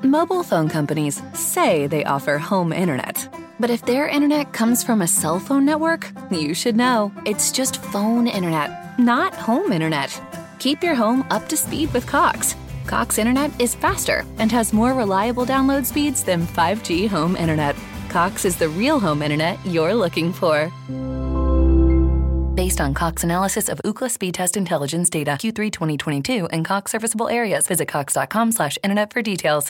Mobile phone companies say they offer home internet. But if their internet comes from a cell phone network, you should know. It's just phone internet, not home internet. Keep your home up to speed with Cox. Cox Internet is faster and has more reliable download speeds than 5G home internet. Cox is the real home internet you're looking for. Based on Cox analysis of Ookla speed test intelligence data Q3 2022 and Cox serviceable areas, visit cox.com/internet for details.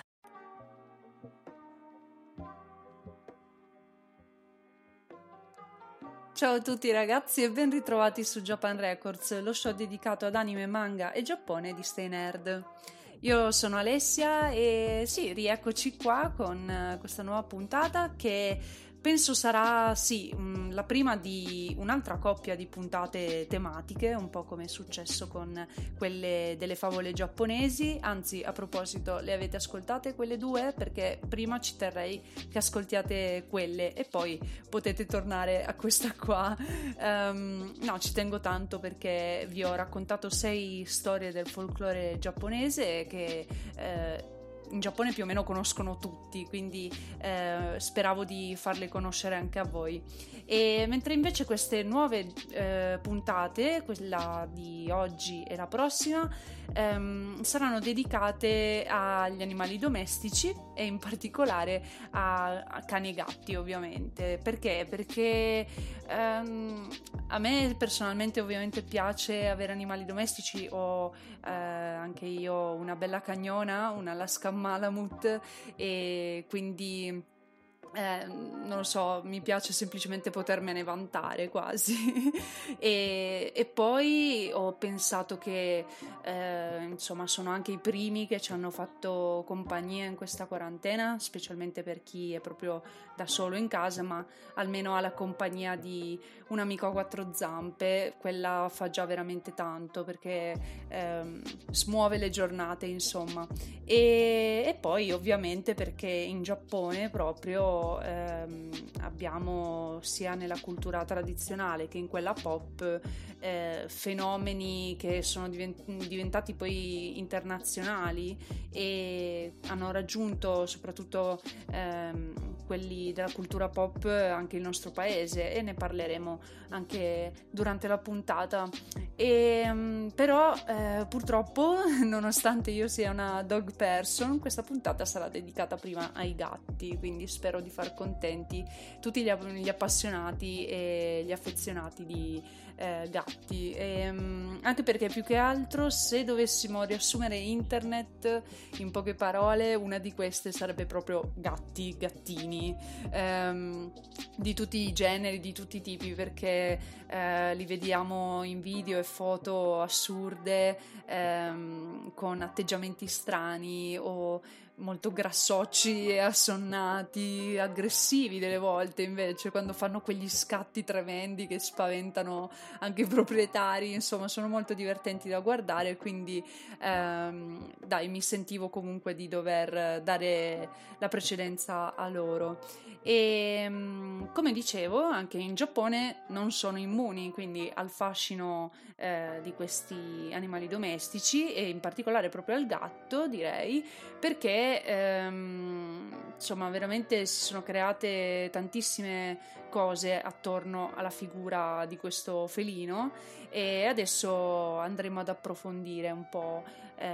Ciao a tutti ragazzi e ben ritrovati su Japan Records, lo show dedicato ad anime, manga e Giappone di Stay Nerd. Io sono Alessia e sì, rieccoci qua con questa nuova puntata che penso sarà, la prima di un'altra coppia di puntate tematiche, un po' come è successo con quelle delle favole giapponesi. Anzi, a proposito, le avete ascoltate quelle due? Perché prima ci terrei che ascoltiate quelle e poi potete tornare a questa qua. No, ci tengo tanto perché vi ho raccontato 6 storie del folklore giapponese che in Giappone più o meno conoscono tutti, quindi speravo di farle conoscere anche a voi. E mentre invece queste nuove puntate, quella di oggi e la prossima, saranno dedicate agli animali domestici e in particolare a cani e gatti, ovviamente. Perché? Perché a me personalmente ovviamente piace avere animali domestici. Ho anche io una bella cagnona, una Alaskan Malamute, e quindi non lo so, mi piace semplicemente potermene vantare quasi. e poi ho pensato che insomma sono anche i primi che ci hanno fatto compagnia in questa quarantena, specialmente per chi è proprio da solo in casa, ma almeno ha la compagnia di un amico a 4 zampe. Quella fa già veramente tanto perché smuove le giornate, insomma. E poi ovviamente perché in Giappone proprio abbiamo sia nella cultura tradizionale che in quella pop fenomeni che sono diventati poi internazionali e hanno raggiunto soprattutto quelli della cultura pop anche il nostro paese, e ne parleremo anche durante la puntata. Però purtroppo, nonostante io sia una dog person, questa puntata sarà dedicata prima ai gatti, quindi spero di far contenti tutti gli appassionati e gli affezionati di gatti. Anche perché più che altro, se dovessimo riassumere internet in poche parole, una di queste sarebbe proprio gatti, gattini, di tutti i generi, di tutti i tipi, perché li vediamo in video e foto assurde, con atteggiamenti strani o molto grassocci e assonnati, aggressivi delle volte, invece quando fanno quegli scatti tremendi che spaventano anche i proprietari. Insomma, sono molto divertenti da guardare, quindi dai, mi sentivo comunque di dover dare la precedenza a loro. E come dicevo, anche in Giappone non sono immuni quindi al fascino di questi animali domestici, e in particolare proprio al gatto, direi, perché insomma veramente si sono create tantissime cose attorno alla figura di questo felino, e adesso andremo ad approfondire un po'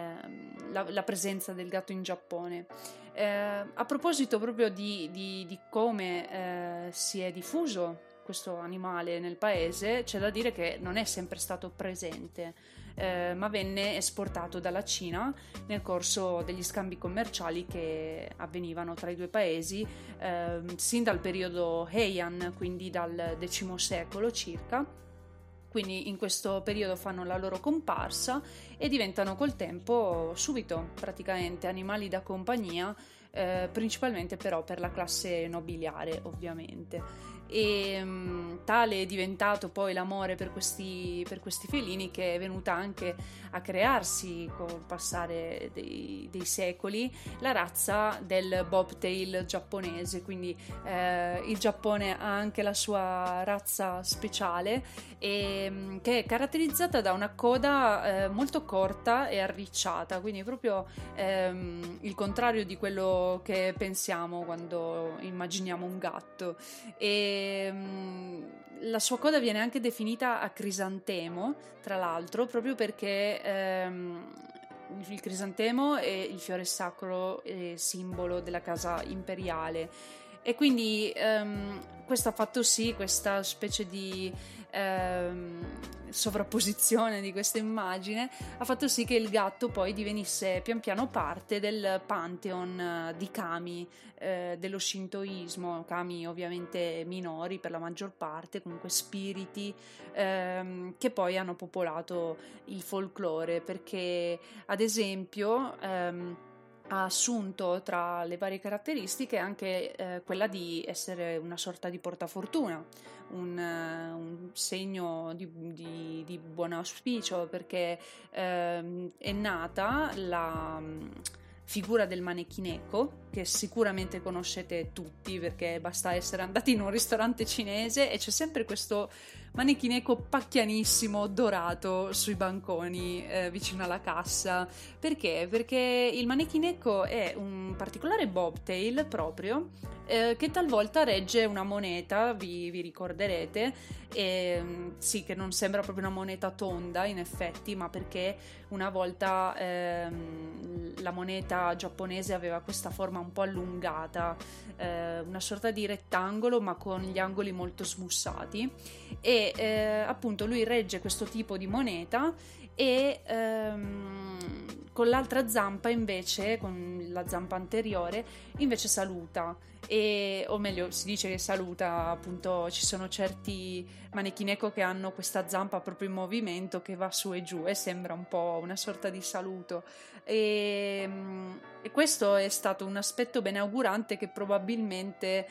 la presenza del gatto in Giappone. A proposito proprio di come si è diffuso questo animale nel paese, c'è da dire che non è sempre stato presente, ma venne esportato dalla Cina nel corso degli scambi commerciali che avvenivano tra i due paesi sin dal periodo Heian, quindi dal X secolo circa. Quindi in questo periodo fanno la loro comparsa e diventano col tempo, subito praticamente, animali da compagnia, principalmente però per la classe nobiliare, ovviamente. e tale è diventato poi l'amore per questi felini, che è venuta anche a crearsi col passare dei secoli la razza del bobtail giapponese. Quindi il Giappone ha anche la sua razza speciale, che è caratterizzata da una coda molto corta e arricciata, quindi proprio il contrario di quello che pensiamo quando immaginiamo un gatto. E la sua coda viene anche definita a crisantemo, tra l'altro, proprio perché il crisantemo è il fiore sacro e simbolo della casa imperiale, e quindi questo ha fatto sì, questa specie di sovrapposizione di questa immagine ha fatto sì che il gatto poi divenisse pian piano parte del pantheon di kami dello shintoismo, kami ovviamente minori per la maggior parte, comunque spiriti che poi hanno popolato il folklore, perché ad esempio ha assunto tra le varie caratteristiche anche quella di essere una sorta di portafortuna, un segno di buon auspicio, perché è nata la figura del manechineko, che sicuramente conoscete tutti perché basta essere andati in un ristorante cinese e c'è sempre questo manechineko pacchianissimo dorato sui banconi vicino alla cassa. Perché? Perché il manechineko è un particolare bobtail proprio che talvolta regge una moneta, vi ricorderete, sì, che non sembra proprio una moneta tonda in effetti, ma perché una volta la moneta giapponese aveva questa forma un po' allungata, una sorta di rettangolo ma con gli angoli molto smussati, e appunto lui regge questo tipo di moneta e con l'altra zampa invece, con la zampa anteriore, invece saluta, o meglio si dice che saluta, appunto ci sono certi manechineko che hanno questa zampa proprio in movimento che va su e giù e sembra un po' una sorta di saluto, e questo è stato un aspetto beneaugurante che probabilmente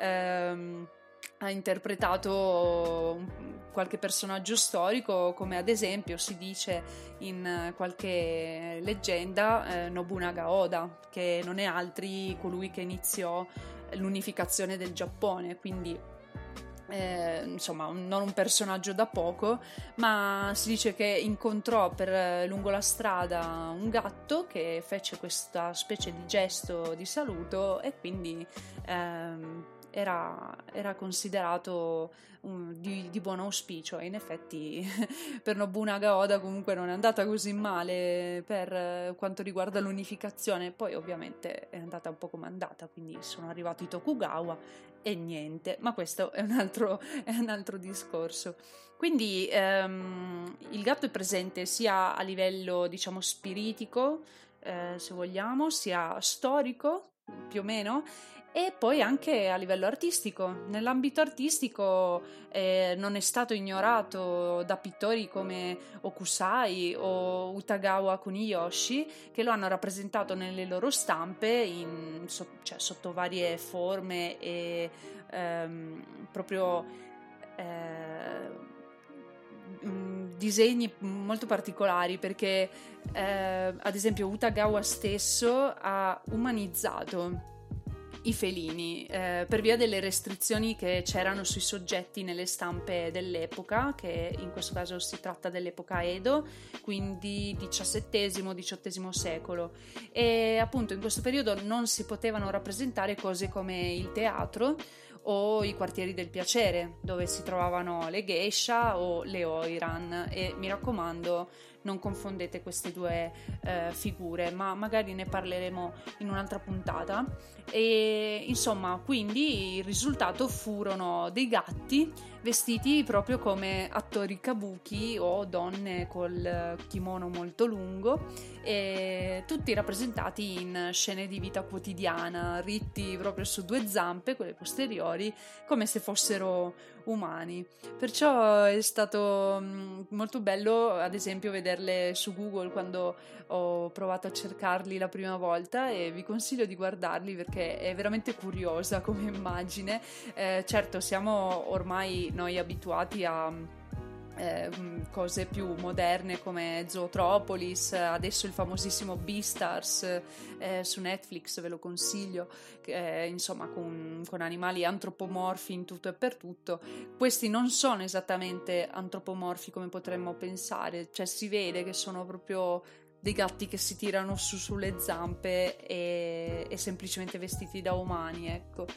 ha interpretato qualche personaggio storico, come ad esempio si dice in qualche leggenda Nobunaga Oda, che non è altri colui che iniziò l'unificazione del Giappone, quindi insomma non un personaggio da poco, ma si dice che incontrò lungo la strada un gatto che fece questa specie di gesto di saluto, e quindi era considerato di buon auspicio, e in effetti per Nobunaga Oda comunque non è andata così male per quanto riguarda l'unificazione. Poi ovviamente è andata un po' come è andata, quindi sono arrivati i Tokugawa e niente, ma questo è un altro discorso. Quindi il gatto è presente sia a livello, diciamo, spiritico, se vogliamo, sia storico più o meno, e poi anche a livello artistico. Nell'ambito artistico non è stato ignorato da pittori come Okusai o Utagawa Kuniyoshi, che lo hanno rappresentato nelle loro stampe cioè, sotto varie forme e proprio disegni molto particolari, perché ad esempio Utagawa stesso ha umanizzato i felini per via delle restrizioni che c'erano sui soggetti nelle stampe dell'epoca, che in questo caso si tratta dell'epoca Edo, quindi XVII-XVIII secolo, e appunto in questo periodo non si potevano rappresentare cose come il teatro o i quartieri del piacere, dove si trovavano le geisha o le oiran, e mi raccomando non confondete queste due figure, ma magari ne parleremo in un'altra puntata. E insomma, quindi il risultato furono dei gatti vestiti proprio come attori kabuki o donne col kimono molto lungo, e tutti rappresentati in scene di vita quotidiana, ritti proprio su due zampe, quelle posteriori, come se fossero umani. Perciò è stato molto bello, ad esempio, vederle su Google quando ho provato a cercarli la prima volta, e vi consiglio di guardarli perché è veramente curiosa come immagine. Certo, siamo ormai noi abituati a cose più moderne come Zootropolis, adesso il famosissimo Beastars su Netflix, ve lo consiglio, insomma con animali antropomorfi in tutto e per tutto. Questi non sono esattamente antropomorfi come potremmo pensare, cioè si vede che sono proprio dei gatti che si tirano su sulle zampe e semplicemente vestiti da umani, ecco.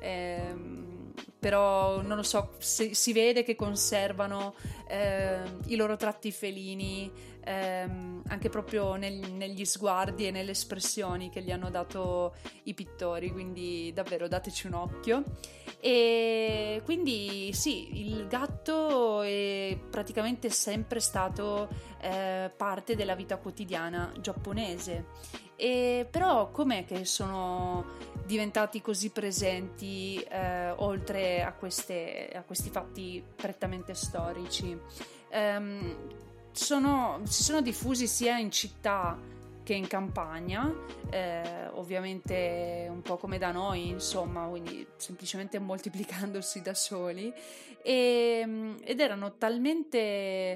Però non lo so, si vede che conservano i loro tratti felini, anche proprio negli sguardi e nelle espressioni che gli hanno dato i pittori, quindi davvero dateci un occhio. E quindi sì, il gatto è praticamente sempre stato parte della vita quotidiana giapponese. Però com'è che sono diventati così presenti oltre a questi fatti prettamente storici? Si sono diffusi sia in città che in campagna, ovviamente un po' come da noi, insomma, quindi semplicemente moltiplicandosi da soli, ed erano talmente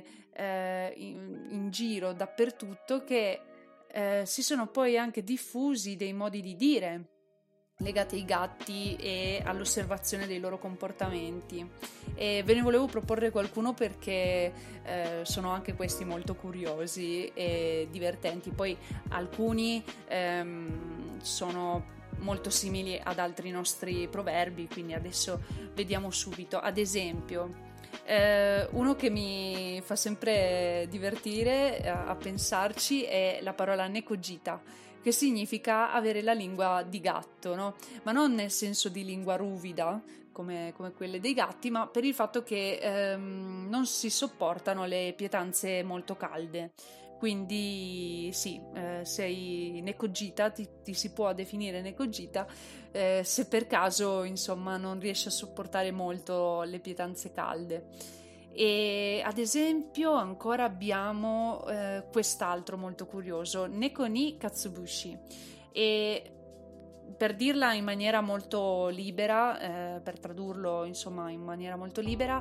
in giro dappertutto che si sono poi anche diffusi dei modi di dire legati ai gatti e all'osservazione dei loro comportamenti, e ve ne volevo proporre qualcuno perché sono anche questi molto curiosi e divertenti. Poi alcuni sono molto simili ad altri nostri proverbi, quindi adesso vediamo subito. Ad esempio, uno che mi fa sempre divertire a pensarci è la parola nekojita, che significa avere la lingua di gatto, no? Ma non nel senso di lingua ruvida come quelle dei gatti, ma per il fatto che non si sopportano le pietanze molto calde. Quindi sì, sei nekojita, ti si può definire nekojita se per caso, insomma, non riesci a sopportare molto le pietanze calde. E ad esempio ancora abbiamo quest'altro molto curioso, neko ni katsubushi, e per dirla in maniera molto libera, per tradurlo insomma in maniera molto libera,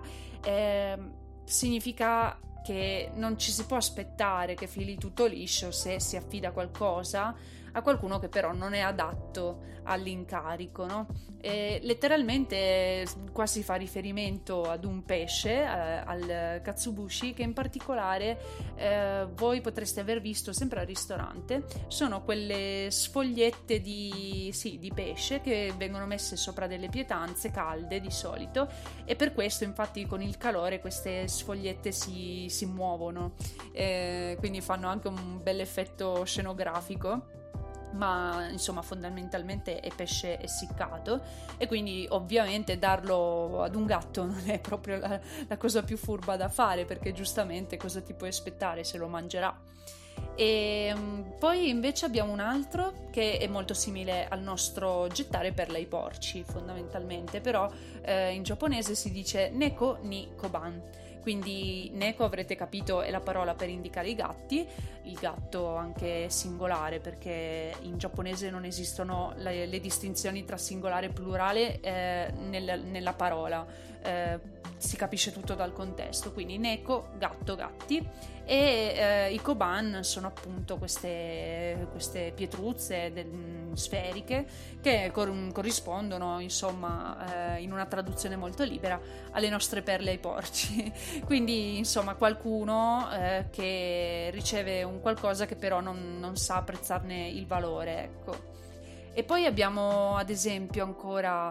significa che non ci si può aspettare che fili tutto liscio se si affida qualcosa a qualcuno che però non è adatto all'incarico, no? Letteralmente qua si fa riferimento ad un pesce, al katsubushi, che in particolare voi potreste aver visto sempre al ristorante. Sono quelle sfogliette di pesce che vengono messe sopra delle pietanze calde di solito, e per questo infatti con il calore queste sfogliette si muovono, quindi fanno anche un bel effetto scenografico. Ma insomma fondamentalmente è pesce essiccato, e quindi ovviamente darlo ad un gatto non è proprio la cosa più furba da fare, perché giustamente cosa ti puoi aspettare, se lo mangerà. E poi invece abbiamo un altro che è molto simile al nostro gettare perle ai porci fondamentalmente, però in giapponese si dice neko ni koban. Quindi neko, avrete capito, è la parola per indicare i gatti, il gatto anche singolare, perché in giapponese non esistono le distinzioni tra singolare e plurale nella parola, si capisce tutto dal contesto, quindi neko, gatto, gatti, e i koban sono appunto queste pietruzze sferiche che corrispondono, insomma, in una traduzione molto libera, alle nostre perle ai porci. Quindi insomma qualcuno che riceve un qualcosa che però non sa apprezzarne il valore, ecco. E poi abbiamo ad esempio ancora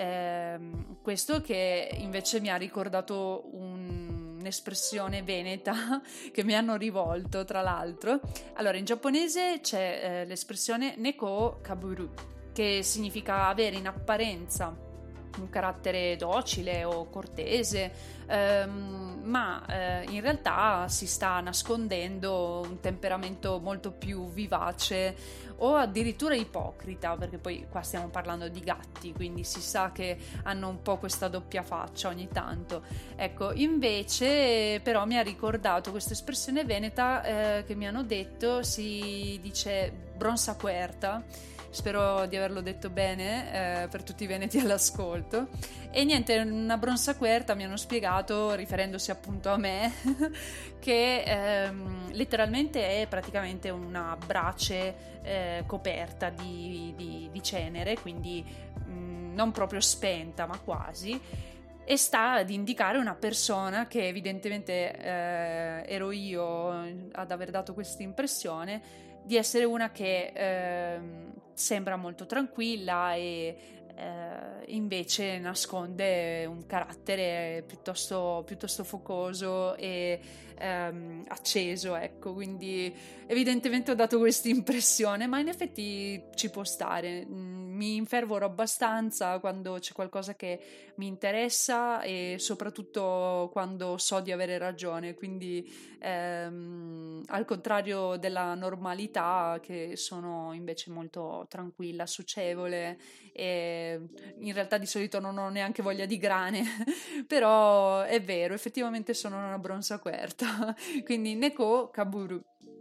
questo che invece mi ha ricordato un'espressione veneta che mi hanno rivolto, tra l'altro. Allora, in giapponese c'è l'espressione neko kaburu, che significa avere in apparenza un carattere docile o cortese, ma in realtà si sta nascondendo un temperamento molto più vivace o addirittura ipocrita, perché poi qua stiamo parlando di gatti, quindi si sa che hanno un po' questa doppia faccia ogni tanto. Ecco, invece però mi ha ricordato questa espressione veneta che mi hanno detto, si dice bronza querta. Spero di averlo detto bene per tutti i veneti all'ascolto. E niente, una bronza querta mi hanno spiegato, riferendosi appunto a me, che letteralmente è praticamente una brace coperta di cenere, quindi non proprio spenta, ma quasi. E sta ad indicare una persona che evidentemente ero io ad aver dato questa impressione di essere una che sembra molto tranquilla e invece nasconde un carattere piuttosto focoso e acceso, ecco. Quindi evidentemente ho dato questa impressione, ma in effetti ci può stare. Mi infervoro abbastanza quando c'è qualcosa che mi interessa e soprattutto quando so di avere ragione, quindi al contrario della normalità, che sono invece molto tranquilla, socievole, e in realtà di solito non ho neanche voglia di grane, però è vero, effettivamente sono una bronza querta, quindi Neko Kaburu.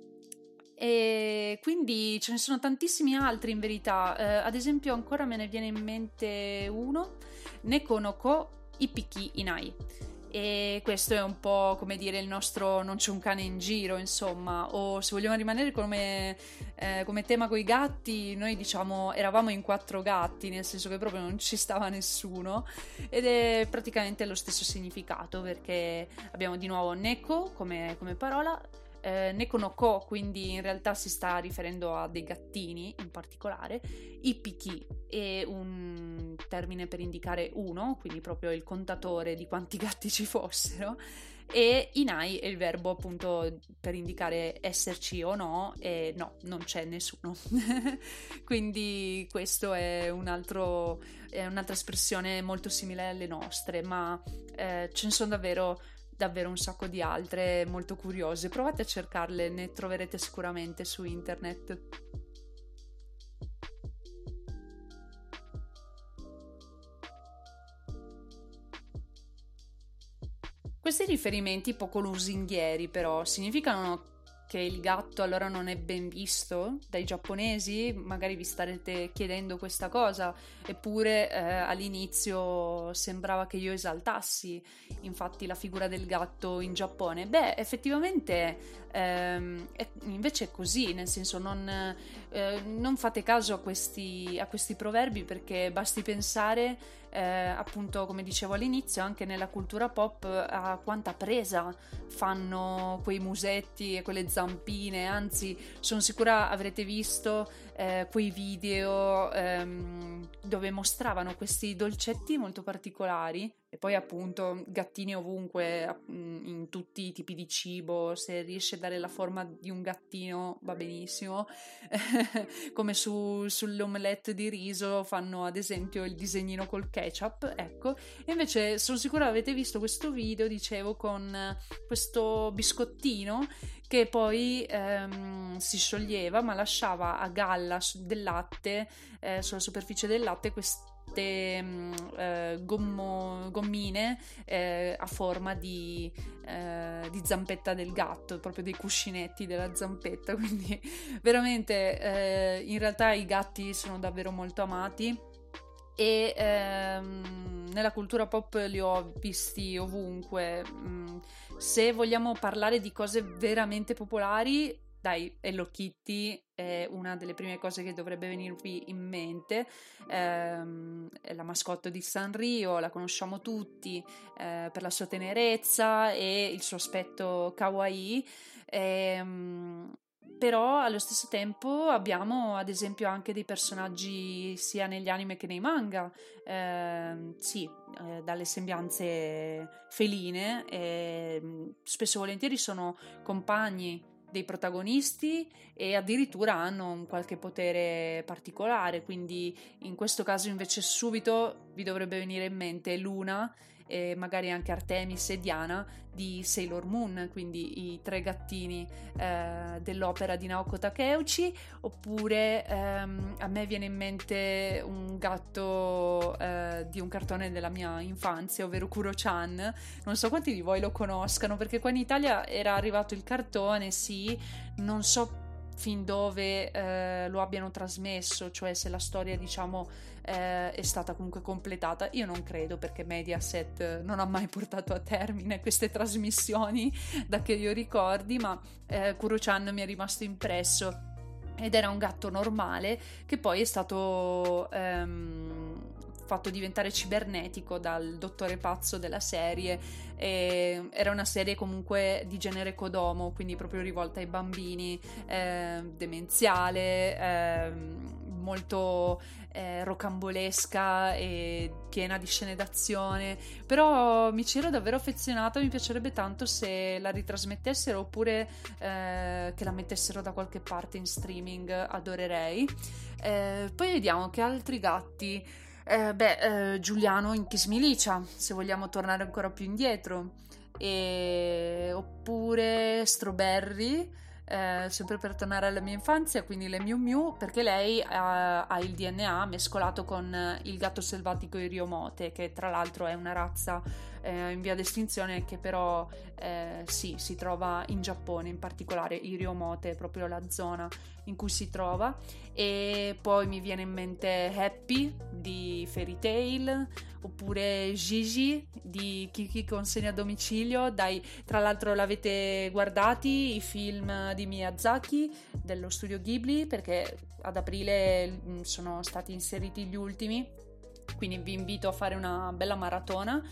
E quindi ce ne sono tantissimi altri in verità, ad esempio ancora me ne viene in mente uno, Neko no ko Ipiki Inai, e questo è un po' come dire il nostro non c'è un cane in giro, insomma, o se vogliamo rimanere come tema coi gatti, noi diciamo eravamo in 4 gatti, nel senso che proprio non ci stava nessuno, ed è praticamente lo stesso significato, perché abbiamo di nuovo Neko come parola, Neko no ko, quindi in realtà si sta riferendo a dei gattini in particolare. Ipiki è un termine per indicare uno, quindi proprio il contatore di quanti gatti ci fossero, e Inai è il verbo appunto per indicare esserci o no, e no, non c'è nessuno. Quindi questo è un'altra espressione molto simile alle nostre, ma ce ne sono davvero un sacco di altre molto curiose. Provate a cercarle, ne troverete sicuramente su internet. Questi riferimenti poco lusinghieri però significano che il gatto allora non è ben visto dai giapponesi? Magari vi starete chiedendo questa cosa, eppure all'inizio sembrava che io esaltassi infatti la figura del gatto in Giappone. Beh, effettivamente invece è così, nel senso non fate caso a questi proverbi, perché basti pensare appunto, come dicevo all'inizio, anche nella cultura pop a quanta presa fanno quei musetti e quelle zampine. Anzi, sono sicura avrete visto quei video dove mostravano questi dolcetti molto particolari, e poi appunto gattini ovunque, in tutti i tipi di cibo. Se riesce a dare la forma di un gattino va benissimo. Come sull'omelette di riso fanno ad esempio il disegnino col ketchup, ecco. E invece sono sicura avete visto questo video, dicevo, con questo biscottino che poi si scioglieva, ma lasciava a galla del latte, sulla superficie del latte, queste gommine a forma di zampetta del gatto, proprio dei cuscinetti della zampetta. Quindi veramente in realtà i gatti sono davvero molto amati, e nella cultura pop li ho visti ovunque. Se vogliamo parlare di cose veramente popolari, dai, Hello Kitty è una delle prime cose che dovrebbe venirvi in mente. È la mascotte di Sanrio, la conosciamo tutti per la sua tenerezza e il suo aspetto kawaii. Però allo stesso tempo abbiamo ad esempio anche dei personaggi sia negli anime che nei manga, dalle sembianze feline, spesso e volentieri sono compagni dei protagonisti e addirittura hanno un qualche potere particolare, quindi in questo caso invece subito vi dovrebbe venire in mente Luna e magari anche Artemis e Diana di Sailor Moon, quindi i 3 gattini dell'opera di Naoko Takeuchi, oppure a me viene in mente un gatto di un cartone della mia infanzia, ovvero Kuro-chan. Non so quanti di voi lo conoscano, perché qua in Italia era arrivato il cartone, sì, non so fin dove lo abbiano trasmesso, cioè se la storia diciamo è stata comunque completata. Io non credo, perché Mediaset non ha mai portato a termine queste trasmissioni da che io ricordi, ma Kuro-chan mi è rimasto impresso ed era un gatto normale che poi è stato fatto diventare cibernetico dal dottore pazzo della serie. Era una serie comunque di genere Kodomo, quindi proprio rivolta ai bambini, demenziale, molto rocambolesca e piena di scene d'azione, però mi c'ero davvero affezionata. Mi piacerebbe tanto se la ritrasmettessero, oppure che la mettessero da qualche parte in streaming, adorerei. Poi vediamo che altri gatti. Giuliano in Kiss Me Licia, se vogliamo tornare ancora più indietro, oppure Strawberry, sempre per tornare alla mia infanzia, quindi le Miu Miu, perché lei ha il DNA mescolato con il gatto selvatico Iriomote, che tra l'altro è una razza in via d'estinzione, che però si trova in Giappone, in particolare Iriomote è proprio la zona in cui si trova. E poi mi viene in mente Happy di Fairy Tail, oppure Gigi di Kiki consegna a domicilio. Dai, tra l'altro l'avete guardati i film di Miyazaki dello studio Ghibli, perché ad aprile sono stati inseriti gli ultimi, quindi vi invito a fare una bella maratona.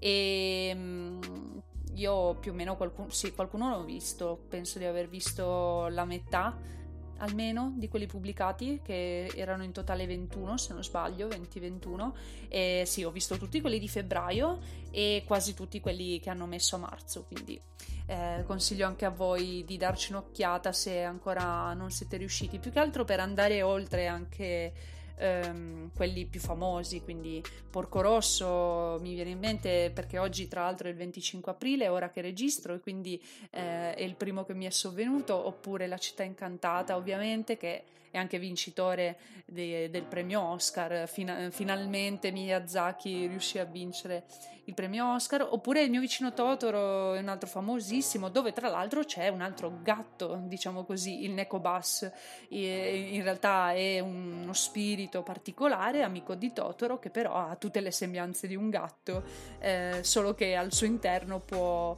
E io più o meno qualcuno l'ho visto, penso di aver visto la metà almeno di quelli pubblicati, che erano in totale 21 se non sbaglio, 20-21, e sì, ho visto tutti quelli di febbraio e quasi tutti quelli che hanno messo a marzo, quindi consiglio anche a voi di darci un'occhiata se ancora non siete riusciti, più che altro per andare oltre anche quelli più famosi. Quindi Porco Rosso mi viene in mente perché oggi tra l'altro è il 25 aprile, ora che registro, e quindi è il primo che mi è sovvenuto. Oppure La città incantata, ovviamente, che è anche vincitore del premio Oscar. Finalmente Miyazaki riuscì a vincere il premio Oscar. Oppure Il mio vicino Totoro è un altro famosissimo, dove tra l'altro c'è un altro gatto, diciamo così, il Nekobas. In realtà è uno spirito particolare, amico di Totoro, che però ha tutte le sembianze di un gatto, solo che al suo interno può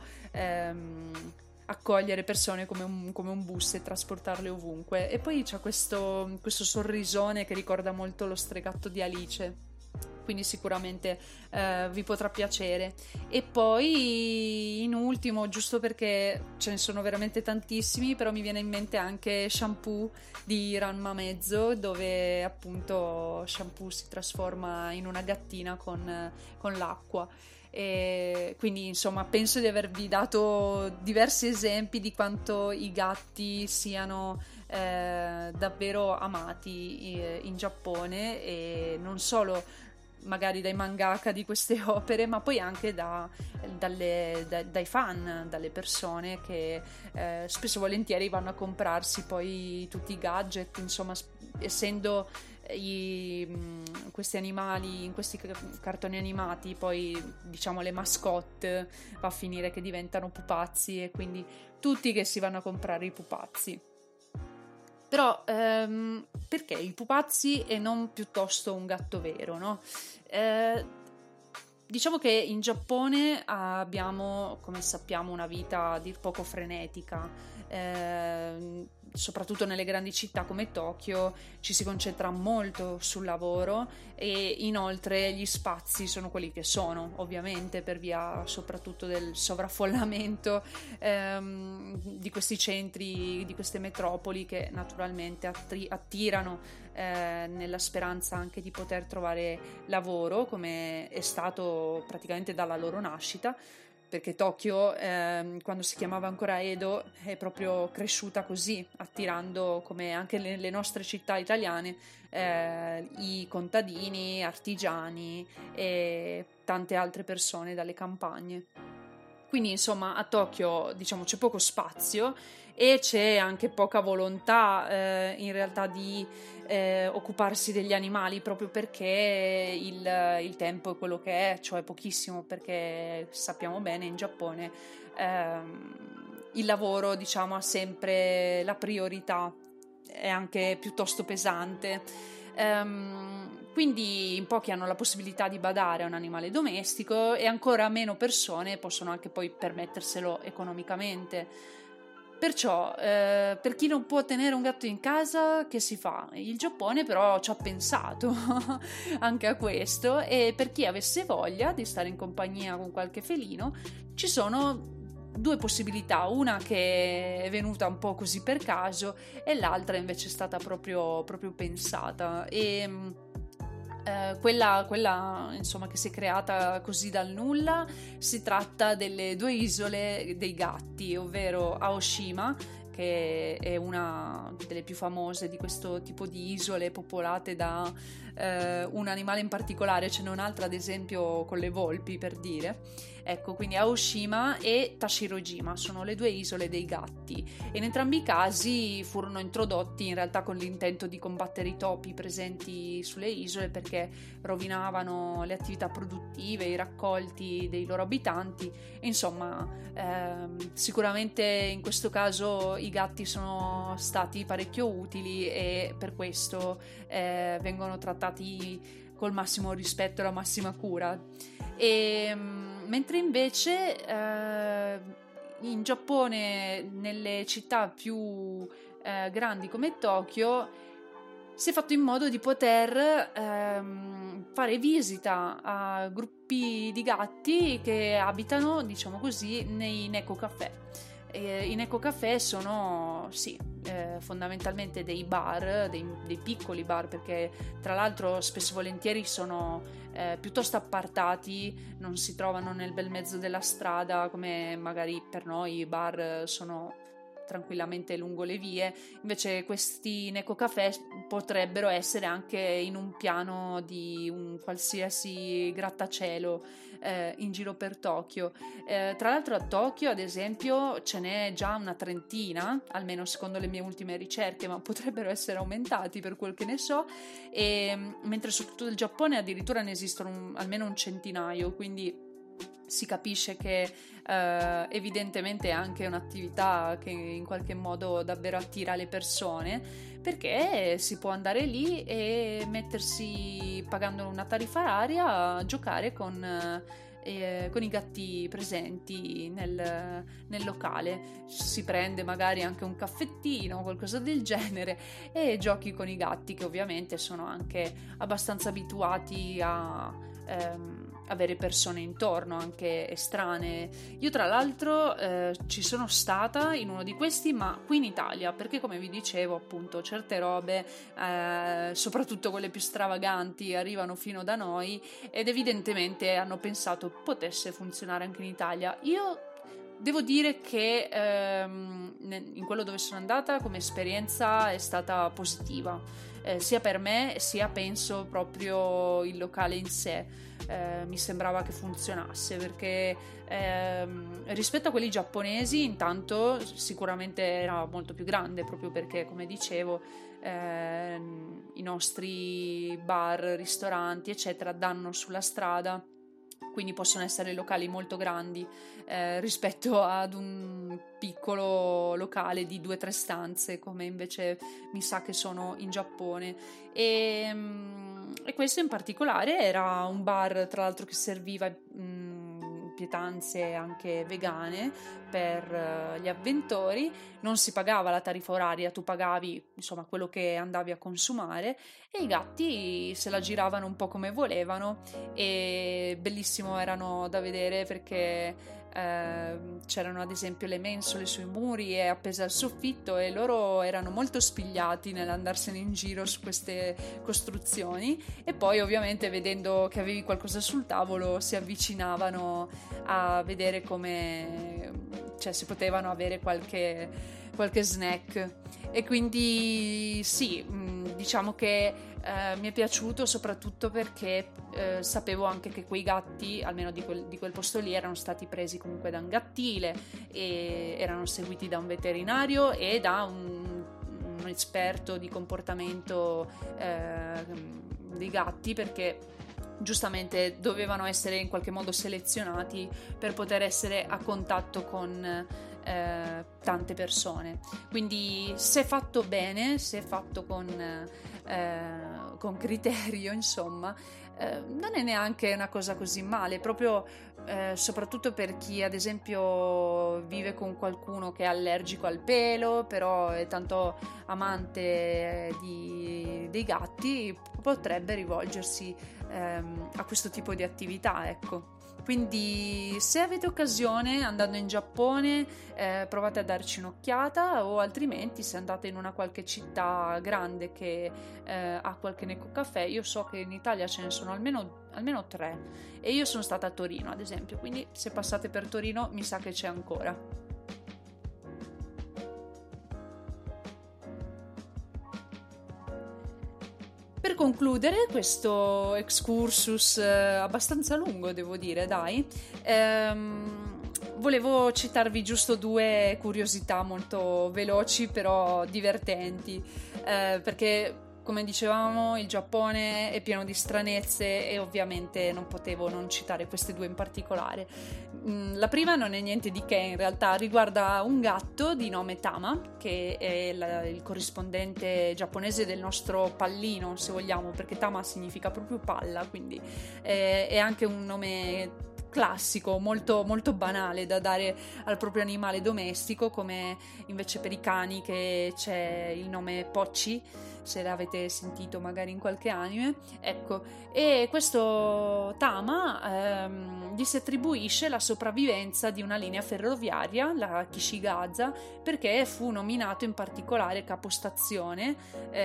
accogliere persone come un bus e trasportarle ovunque. E poi c'ha questo sorrisone che ricorda molto lo stregatto di Alice, quindi sicuramente vi potrà piacere. E poi in ultimo, giusto perché ce ne sono veramente tantissimi, però mi viene in mente anche Shampoo di Ranma Mezzo, dove appunto Shampoo si trasforma in una gattina con l'acqua. E quindi insomma penso di avervi dato diversi esempi di quanto i gatti siano davvero amati in Giappone, e non solo magari dai mangaka di queste opere, ma poi anche dai fan, dalle persone che spesso e volentieri vanno a comprarsi poi tutti i gadget, insomma, essendo questi animali in questi cartoni animati, poi diciamo le mascotte, va a finire che diventano pupazzi, e quindi tutti che si vanno a comprare i pupazzi. Però perché i pupazzi e non piuttosto un gatto vero, no? Diciamo che in Giappone abbiamo, come sappiamo, una vita a dir poco frenetica, soprattutto nelle grandi città come Tokyo ci si concentra molto sul lavoro, e inoltre gli spazi sono quelli che sono, ovviamente per via soprattutto del sovraffollamento di questi centri, di queste metropoli, che naturalmente attirano nella speranza anche di poter trovare lavoro, come è stato praticamente dalla loro nascita. perché Tokyo, quando si chiamava ancora Edo, è proprio cresciuta così, attirando, come anche le nostre città italiane, i contadini, artigiani e tante altre persone dalle campagne. Quindi insomma a Tokyo, diciamo, c'è poco spazio e c'è anche poca volontà in realtà di occuparsi degli animali, proprio perché il tempo è quello che è, cioè pochissimo, perché sappiamo bene in Giappone il lavoro, diciamo, ha sempre la priorità, è anche piuttosto pesante. Quindi in pochi hanno la possibilità di badare a un animale domestico e ancora meno persone possono anche poi permetterselo economicamente. Perciò, per chi non può tenere un gatto in casa, che si fa? Il Giappone però ci ha pensato anche a questo, e per chi avesse voglia di stare in compagnia con qualche felino, ci sono due possibilità, una che è venuta un po' così per caso e l'altra invece è stata proprio pensata, e quella insomma che si è creata così dal nulla, si tratta delle due isole dei gatti, ovvero Aoshima, che è una delle più famose di questo tipo di isole popolate da un animale in particolare, ce n'è un'altra ad esempio con le volpi, per dire. Ecco, quindi Aoshima e Tashirojima sono le due isole dei gatti, e in entrambi i casi furono introdotti in realtà con l'intento di combattere i topi presenti sulle isole, perché rovinavano le attività produttive, i raccolti dei loro abitanti. Insomma, sicuramente in questo caso i gatti sono stati parecchio utili e per questo vengono trattati col massimo rispetto e la massima cura. Mentre invece in Giappone, nelle città più grandi come Tokyo, si è fatto in modo di poter fare visita a gruppi di gatti che abitano, diciamo così, nei Neko Café. I Neko Café sono, sì, fondamentalmente dei bar, dei piccoli bar, perché tra l'altro spesso e volentieri sono piuttosto appartati, non si trovano nel bel mezzo della strada come magari per noi i bar sono tranquillamente lungo le vie. Invece questi Neko Café potrebbero essere anche in un piano di un qualsiasi grattacielo in giro per Tokyo. Tra l'altro a Tokyo, ad esempio, ce n'è già una trentina, almeno secondo le mie ultime ricerche, ma potrebbero essere aumentati per quel che ne so, e mentre su tutto il Giappone addirittura ne esistono almeno un centinaio, quindi si capisce che evidentemente è anche un'attività che in qualche modo davvero attira le persone, perché si può andare lì e mettersi, pagando una tariffa oraria, a giocare con i gatti presenti nel locale. Si prende magari anche un caffettino o qualcosa del genere e giochi con i gatti, che ovviamente sono anche abbastanza abituati a avere persone intorno, anche estranee. Io tra l'altro ci sono stata in uno di questi, ma qui in Italia, perché come vi dicevo appunto certe robe, soprattutto quelle più stravaganti, arrivano fino da noi ed evidentemente hanno pensato potesse funzionare anche in Italia. Io devo dire che in quello dove sono andata come esperienza è stata positiva, sia per me sia penso proprio il locale in sé. Mi sembrava che funzionasse, perché rispetto a quelli giapponesi intanto sicuramente era molto più grande, proprio perché come dicevo i nostri bar, ristoranti eccetera danno sulla strada, quindi possono essere locali molto grandi rispetto ad un piccolo locale di 2 o 3 stanze come invece mi sa che sono in Giappone. E questo in particolare era un bar tra l'altro che serviva pietanze anche vegane per gli avventori. Non si pagava la tariffa oraria, tu pagavi insomma quello che andavi a consumare e i gatti se la giravano un po' come volevano, e bellissimo erano da vedere perché c'erano ad esempio le mensole sui muri e appese al soffitto, e loro erano molto spigliati nell'andarsene in giro su queste costruzioni, e poi ovviamente vedendo che avevi qualcosa sul tavolo si avvicinavano a vedere come, cioè, se potevano avere qualche snack. E quindi sì, diciamo che mi è piaciuto soprattutto perché sapevo anche che quei gatti, almeno di quel posto lì, erano stati presi comunque da un gattile e erano seguiti da un veterinario e da un esperto di comportamento dei gatti, perché giustamente dovevano essere in qualche modo selezionati per poter essere a contatto con tante persone. Quindi, se fatto bene, se fatto con criterio, insomma, non è neanche una cosa così male, proprio soprattutto per chi ad esempio vive con qualcuno che è allergico al pelo, però è tanto amante dei gatti, potrebbe rivolgersi a questo tipo di attività, ecco. Quindi, se avete occasione, andando in Giappone, provate a darci un'occhiata, o altrimenti se andate in una qualche città grande che ha qualche Neko Café. Io so che in Italia ce ne sono almeno 3, e io sono stata a Torino ad esempio, quindi se passate per Torino mi sa che c'è ancora. Per concludere questo excursus abbastanza lungo, devo dire, dai, volevo citarvi giusto 2 curiosità molto veloci però divertenti, perché, come dicevamo, il Giappone è pieno di stranezze e ovviamente non potevo non citare queste 2 in particolare. La prima non è niente di che, in realtà riguarda un gatto di nome Tama, che è il corrispondente giapponese del nostro pallino, se vogliamo, perché Tama significa proprio palla, quindi è anche un nome classico, molto, molto banale da dare al proprio animale domestico, come invece per i cani che c'è il nome Pochi, se l'avete sentito magari in qualche anime, ecco. E questo Tama gli si attribuisce la sopravvivenza di una linea ferroviaria, la Kishigaza, perché fu nominato in particolare capostazione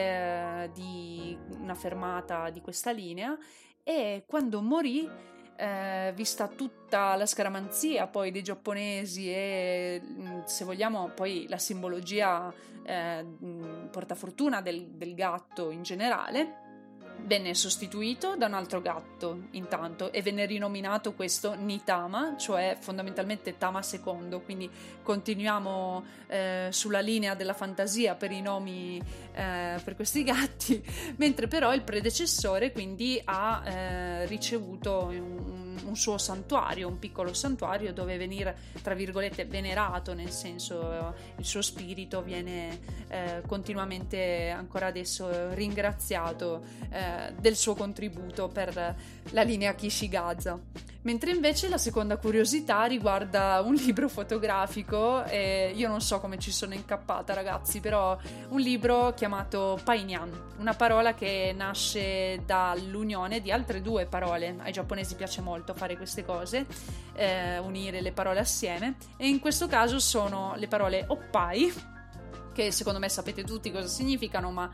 di una fermata di questa linea, e quando morì, vista tutta la scaramanzia poi dei giapponesi e, se vogliamo, poi la simbologia portafortuna del gatto in generale, venne sostituito da un altro gatto intanto, e venne rinominato questo Nitama, cioè fondamentalmente Tama II, quindi continuiamo sulla linea della fantasia per i nomi per questi gatti, mentre però il predecessore quindi ha ricevuto un suo santuario, un piccolo santuario dove venire, tra virgolette, venerato, nel senso il suo spirito viene continuamente, ancora adesso, ringraziato del suo contributo per la linea Kishigaza. Mentre invece la seconda curiosità riguarda un libro fotografico, e io non so come ci sono incappata, ragazzi, però un libro chiamato Painyan, una parola che nasce dall'unione di altre 2 parole. Ai giapponesi piace molto fare queste cose, unire le parole assieme, e in questo caso sono le parole oppai, che secondo me sapete tutti cosa significano, ma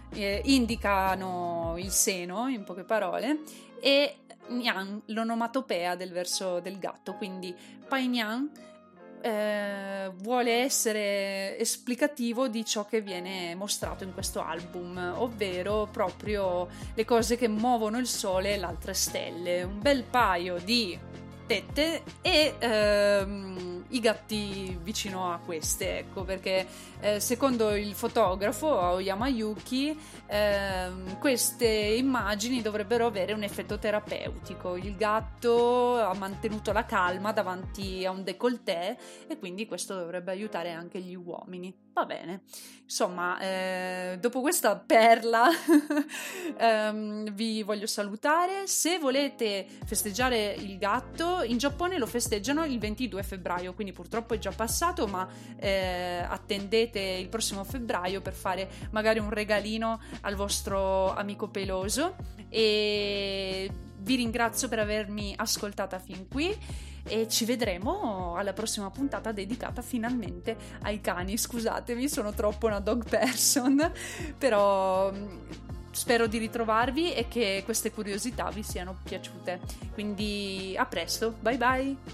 indicano il seno, in poche parole, e Nyan, l'onomatopea del verso del gatto. Quindi Pai Nyan vuole essere esplicativo di ciò che viene mostrato in questo album, ovvero proprio le cose che muovono il sole e le altre stelle, un bel paio di tette e i gatti vicino a queste, ecco, perché secondo il fotografo Aoyama Yuki queste immagini dovrebbero avere un effetto terapeutico. Il gatto ha mantenuto la calma davanti a un décolleté e quindi questo dovrebbe aiutare anche gli uomini. Va bene, insomma, dopo questa perla vi voglio salutare. Se volete festeggiare il gatto, in Giappone lo festeggiano il 22 febbraio, quindi purtroppo è già passato, ma attendete il prossimo febbraio per fare magari un regalino al vostro amico peloso, e vi ringrazio per avermi ascoltata fin qui e ci vedremo alla prossima puntata dedicata finalmente ai cani. Scusatemi, sono troppo una dog person, però spero di ritrovarvi e che queste curiosità vi siano piaciute. Quindi a presto, bye bye!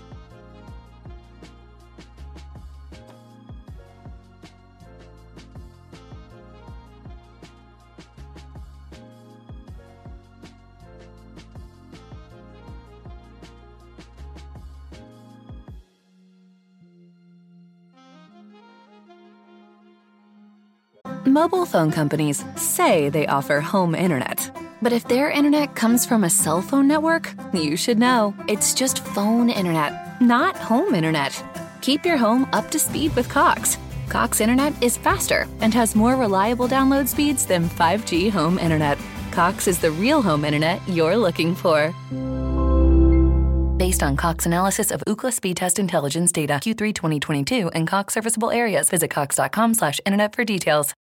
Mobile phone companies say they offer home internet. But if their internet comes from a cell phone network, you should know. It's just phone internet, not home internet. Keep your home up to speed with Cox. Cox internet is faster and has more reliable download speeds than 5G home internet. Cox is the real home internet you're looking for. Based on Cox analysis of Ookla speed test intelligence data Q3 2022 and Cox serviceable areas, visit cox.com/internet for details.